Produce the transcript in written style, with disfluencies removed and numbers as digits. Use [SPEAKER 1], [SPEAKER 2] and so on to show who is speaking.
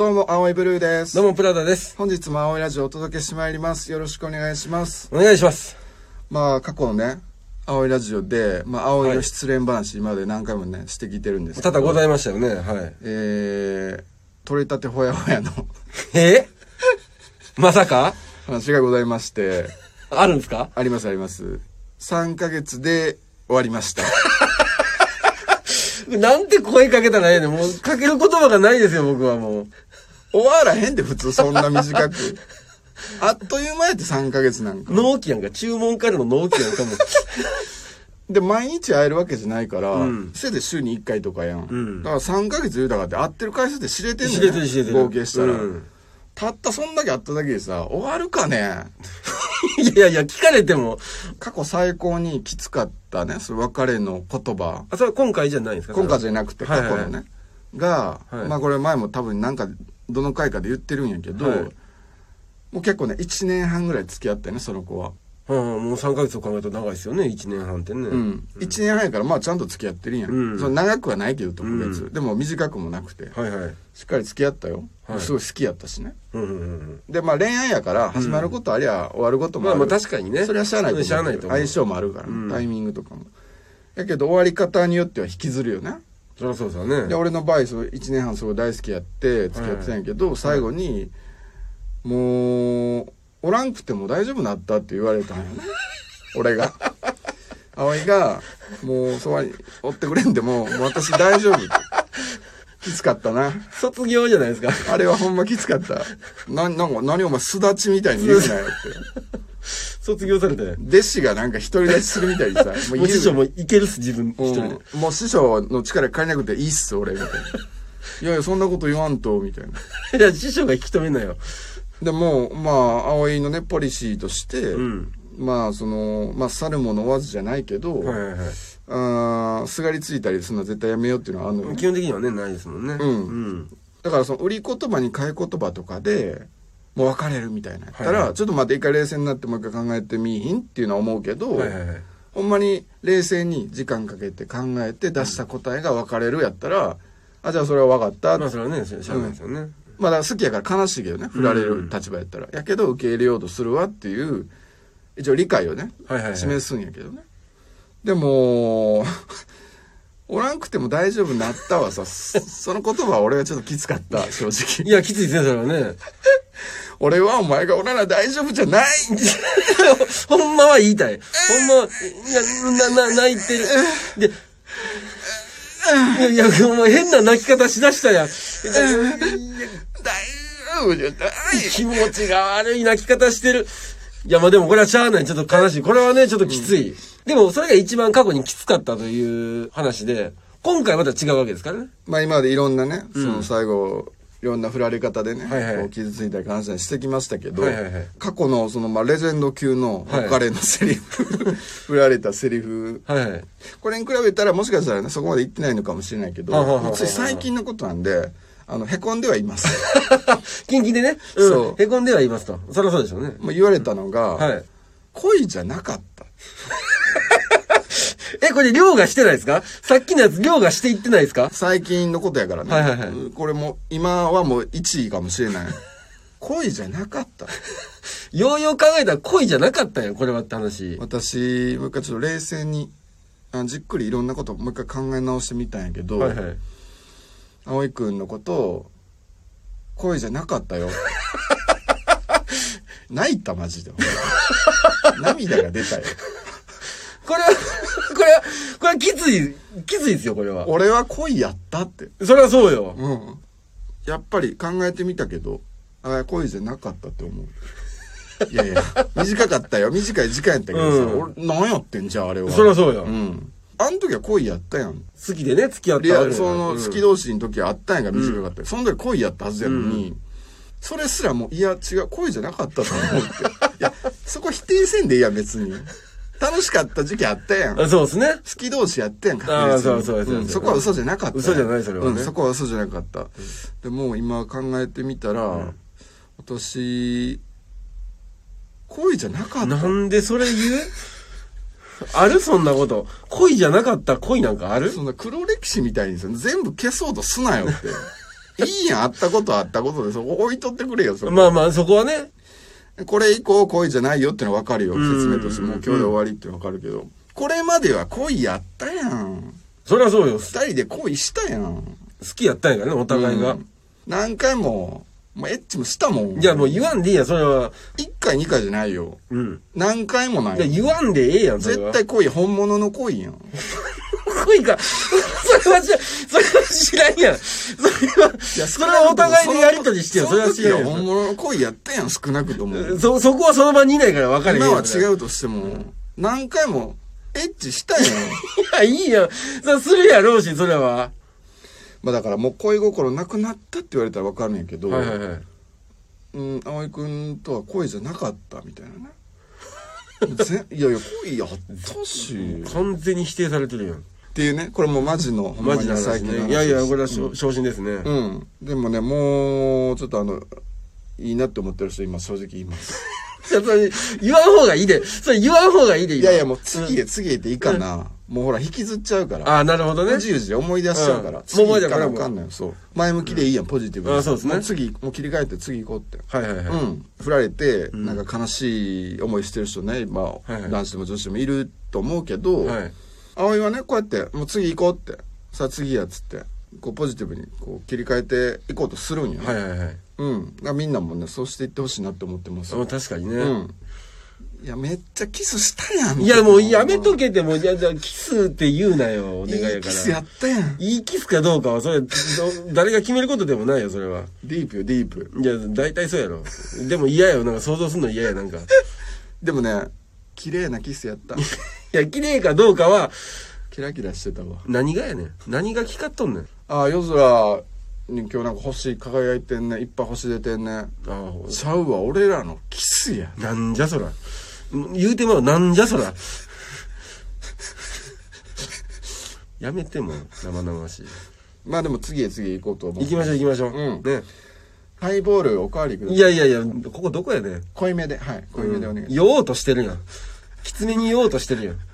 [SPEAKER 1] どうも、青いブルーです。
[SPEAKER 2] どうも、プラダです。
[SPEAKER 1] 本日も青いラジオをお届けしてまいります。よろしくお願いします。
[SPEAKER 2] お願いします。
[SPEAKER 1] まあ、過去のね、青いラジオで、まあ、青いの失恋話、今まで何回もね、してきてるんですけど。
[SPEAKER 2] 多々ございましたよね、はい。
[SPEAKER 1] 取れたてほやほやの
[SPEAKER 2] まさか
[SPEAKER 1] 話がございまして。
[SPEAKER 2] あるんですか？
[SPEAKER 1] ありますあります。3ヶ月で終わりました。
[SPEAKER 2] なんて声かけたらええねん。もう、かける言葉がないですよ、僕はもう。
[SPEAKER 1] 終わらへんで、普通そんな短く。あっという間やって3ヶ月なんか。
[SPEAKER 2] 納期やんか、注文からの納期やんかも。
[SPEAKER 1] で、毎日会えるわけじゃないから、せいで週に1回とかやん。だから3ヶ月言うたかって会ってる回数で知れてんねん。
[SPEAKER 2] 知れてる知れてる。
[SPEAKER 1] 合計したら。たったそんだけ会っただけでさ、終わるかね。
[SPEAKER 2] いやいや、聞かれても。
[SPEAKER 1] 過去最高にきつかったね、その別れの言葉。
[SPEAKER 2] あ、それは今回じゃないんですか？
[SPEAKER 1] 今回じゃなくて、過去のね。が、まあこれ前も多分なんか、どの回かで言ってるんやけど、もう結構ね、1年半ぐらい付き合ったよね、その子は。
[SPEAKER 2] もう3ヶ月を考えると長いですよね、1年半ってね。
[SPEAKER 1] 1年半やから、まあちゃんと付き合ってるんやん。その長くはないけど、特別。でも短くもなくて。しっかり付き合ったよ。すごい好きやったしね。で、まあ恋愛やから、始まることありゃ終わることもある。
[SPEAKER 2] まあ確かにね。
[SPEAKER 1] それはしゃあないと思う。相性もあるから、タイミングとかも。やけど終わり方によっては引きずるよね。
[SPEAKER 2] そりゃそうですよね。
[SPEAKER 1] で、俺の場合、その1年半すごい大好きやって付き合ってたんやけど、最後に、もう、おらんくても大丈夫なったって言われたんよね。俺が。葵が、もう、そばに追ってくれんでも、もう私大丈夫って。きつかったな。
[SPEAKER 2] 卒業じゃないですか。
[SPEAKER 1] あれはほんまきつかった。なんか、何お前、すだちみたいに言うなよって。
[SPEAKER 2] 卒業されて。
[SPEAKER 1] 弟子がなんか独り立ちするみたいにさ。
[SPEAKER 2] もう師匠もいけるっす、自分一人で。
[SPEAKER 1] もう師匠の力借りなくていいっす、俺、みたいな。いやいや、そんなこと言わんと、みたいな。
[SPEAKER 2] いや、師匠が引き止めんなよ。
[SPEAKER 1] でも、まあ、葵のね、ポリシーとして、まあ、その、まあ、去るもの追わずじゃないけど、すがりついたりするのは絶対やめようっていうのはあるのよ。
[SPEAKER 2] 基本的にはね、ないですもんね。
[SPEAKER 1] だから、その、売り言葉に買い言葉とかで、もう別れるみたいなやったら、ちょっと待って、一回冷静になってもう一回考えてみいひんっていうのは思うけど、ほんまに冷静に時間かけて考えて出した答えが別れるやったら、あ、じゃあそれは分かった。
[SPEAKER 2] まあ、それはね、しゃあないですよね。
[SPEAKER 1] まあだから好きやから悲しいけどね、振られる立場やったら。やけど受け入れようとするわっていう、一応理解をね、示すんやけどね。でも、おらんくても大丈夫になったわさ、その言葉は俺はちょっときつかった、正直。
[SPEAKER 2] いや、きついですね、それはね。
[SPEAKER 1] 俺はお前がおらな大丈夫じゃない
[SPEAKER 2] ほんまは言いたい。ほんまは、泣いてる。で、いや、お前変な泣き方しだしたやん。
[SPEAKER 1] 大丈夫じゃない。
[SPEAKER 2] 気持ちが悪い泣き方してる。いや、まあでもこれはしゃあない。ちょっと悲しい。これはね、ちょっときつい。でも、それが一番過去にきつかったという話で、今回また違うわけですからね。まあ
[SPEAKER 1] 今までいろんなね、その最後、いろんな振られ方でね、こう傷ついたり感謝してきましたけど、過去のそのまあレジェンド級の彼のセリフ、振られたセリフ、これに比べたらもしかしたらね、そこまで言ってないのかもしれないけど、つい最近のことなんで、へこんではいます。
[SPEAKER 2] キンキンでね、そう。へこんではいますと。そりゃそうでしょうね。
[SPEAKER 1] 言われたのが、恋じゃなかった。
[SPEAKER 2] これ、凌駕してないですか？さっきのやつ、凌駕していってないですか？
[SPEAKER 1] 最近のことやからね。これも、今はもう1位かもしれない。恋じゃなかった。
[SPEAKER 2] ようよう考えたら恋じゃなかったよ、これはって話。
[SPEAKER 1] 私、もう一回ちょっと冷静に、じっくりいろんなことをもう一回考え直してみたんやけど、葵くんのことを、恋じゃなかったよ。泣いた、マジで。涙が出たよ。
[SPEAKER 2] これはきついですよ、これは。
[SPEAKER 1] 俺は恋やったって。
[SPEAKER 2] それはそうよ。
[SPEAKER 1] やっぱり考えてみたけど、恋じゃなかったって思う。いやいや、短かったよ。短い時間やったけどさ、俺、何やってんじゃん、あれは。
[SPEAKER 2] そりゃそうよ。
[SPEAKER 1] あの時は恋やったやん。
[SPEAKER 2] 好きでね、付き合ったわけ。
[SPEAKER 1] その、好き同士の時はあったんやが短かった。その時恋やったはずやのに、それすらもう、いや、違う、恋じゃなかったと思うって。いや、そこ否定せんでいいやん、別に。楽しかった時期あったやん。
[SPEAKER 2] そうですね。
[SPEAKER 1] 好き同士やったやんか。そこは嘘じゃなかった。
[SPEAKER 2] 嘘じゃない、それはね。
[SPEAKER 1] そこは嘘じゃなかった。でも今考えてみたら、私、恋じゃなかった。
[SPEAKER 2] なんでそれ言う？あるそんなこと。恋じゃなかった恋なんかある？
[SPEAKER 1] そんな黒歴史みたいに全部消そうとすなよって。 いいやん、あったことはあったことで、そこ置いとってくれよ、そこ。
[SPEAKER 2] まあまあ、そこはね。
[SPEAKER 1] これ以降恋じゃないよってのは分かるよ、説明として。もう今日で終わりってのは分かるけど。これまでは恋やったやん。
[SPEAKER 2] そりゃそうよ。
[SPEAKER 1] 二人で恋したやん。
[SPEAKER 2] 好きやったんやからね、お互いが。
[SPEAKER 1] 何回も、もうエッチもしたもん。
[SPEAKER 2] いや、もう言わんでいいやん、それは。
[SPEAKER 1] 1回2回じゃないよ。何回もない。
[SPEAKER 2] いや、言わんでええやん、
[SPEAKER 1] それは。絶対恋、本物の恋やん。
[SPEAKER 2] 恋か。それは知らんやん。それはお互いにやりとりしてよ、それは知らんやん。
[SPEAKER 1] 本物の恋やったやん、少なくとも。
[SPEAKER 2] そこはその場にいないから分かる
[SPEAKER 1] やん。今は違うとしても、何回もエッチしたやん。い
[SPEAKER 2] や、いいやん。するやろうし、それは。
[SPEAKER 1] まあだからもう恋心なくなったって言われたら分かるんやけど、葵くんとは恋じゃなかったみたいなね。いやいや、恋やったし。
[SPEAKER 2] 完全に否定されてるやん。
[SPEAKER 1] っていうね、これもマジの、
[SPEAKER 2] マジな話ね。いやいや、これは昇進ですね。
[SPEAKER 1] でもね、もう、ちょっといいなって思ってる人今正直言います。
[SPEAKER 2] いや、それ言わん方がいいで。それ言わん方がいいで、
[SPEAKER 1] いやいや、もう次へでいいかな。もうほら、引きずっちゃうから。
[SPEAKER 2] ああ、なるほどね。
[SPEAKER 1] うじうじで思い出しちゃうから。
[SPEAKER 2] もう思い出から
[SPEAKER 1] 分かんないよ、そう。前向きでいいやん、ポジティブに。
[SPEAKER 2] あ、そうですね。
[SPEAKER 1] もう次、もう切り替えて次行こうって。
[SPEAKER 2] はいはいはい。
[SPEAKER 1] 振られて、なんか悲しい思いしてる人ね、今、男子でも女子でもいると思うけど、葵はね、こうやって、もう次行こうって。さあ次やっつって、こうポジティブにこう切り替えていこうとするんよね。
[SPEAKER 2] はいはいはい。
[SPEAKER 1] みんなもね、そうしていってほしいなって思ってます。
[SPEAKER 2] 確かにね。
[SPEAKER 1] いや、めっちゃキスしたやん。
[SPEAKER 2] いや、もうやめとけても、いや、キスって言うなよ、お願いやから。
[SPEAKER 1] いいキスやったやん。
[SPEAKER 2] いいキスかどうかは、それ、誰が決めることでもないよ、それは。
[SPEAKER 1] ディープよ、ディープ。
[SPEAKER 2] いや、大体そうやろ。でも嫌よ、なんか想像するの嫌や、なんか。
[SPEAKER 1] でもね、綺麗なキスやった。
[SPEAKER 2] いや、綺麗かどうかは、
[SPEAKER 1] キラキラしてたわ。
[SPEAKER 2] 何がやねん。何が光っとんねん。
[SPEAKER 1] ああ、夜空に今日なんか星輝いてんね。いっぱい星出てんね。ああ、ちゃうわ、俺らのキスや。
[SPEAKER 2] なんじゃそら。言うてもなんじゃそら。やめても、生々しい。
[SPEAKER 1] まあでも次へ行こうと思う。
[SPEAKER 2] 行きましょう行きましょう。ね。
[SPEAKER 1] ハイボールおかわりください。
[SPEAKER 2] いやいやいや、ここどこやねん。
[SPEAKER 1] 濃いめで、はい。濃いめでお願いします。
[SPEAKER 2] 酔おうとしてるやん。きつめに酔おうとしてるやん。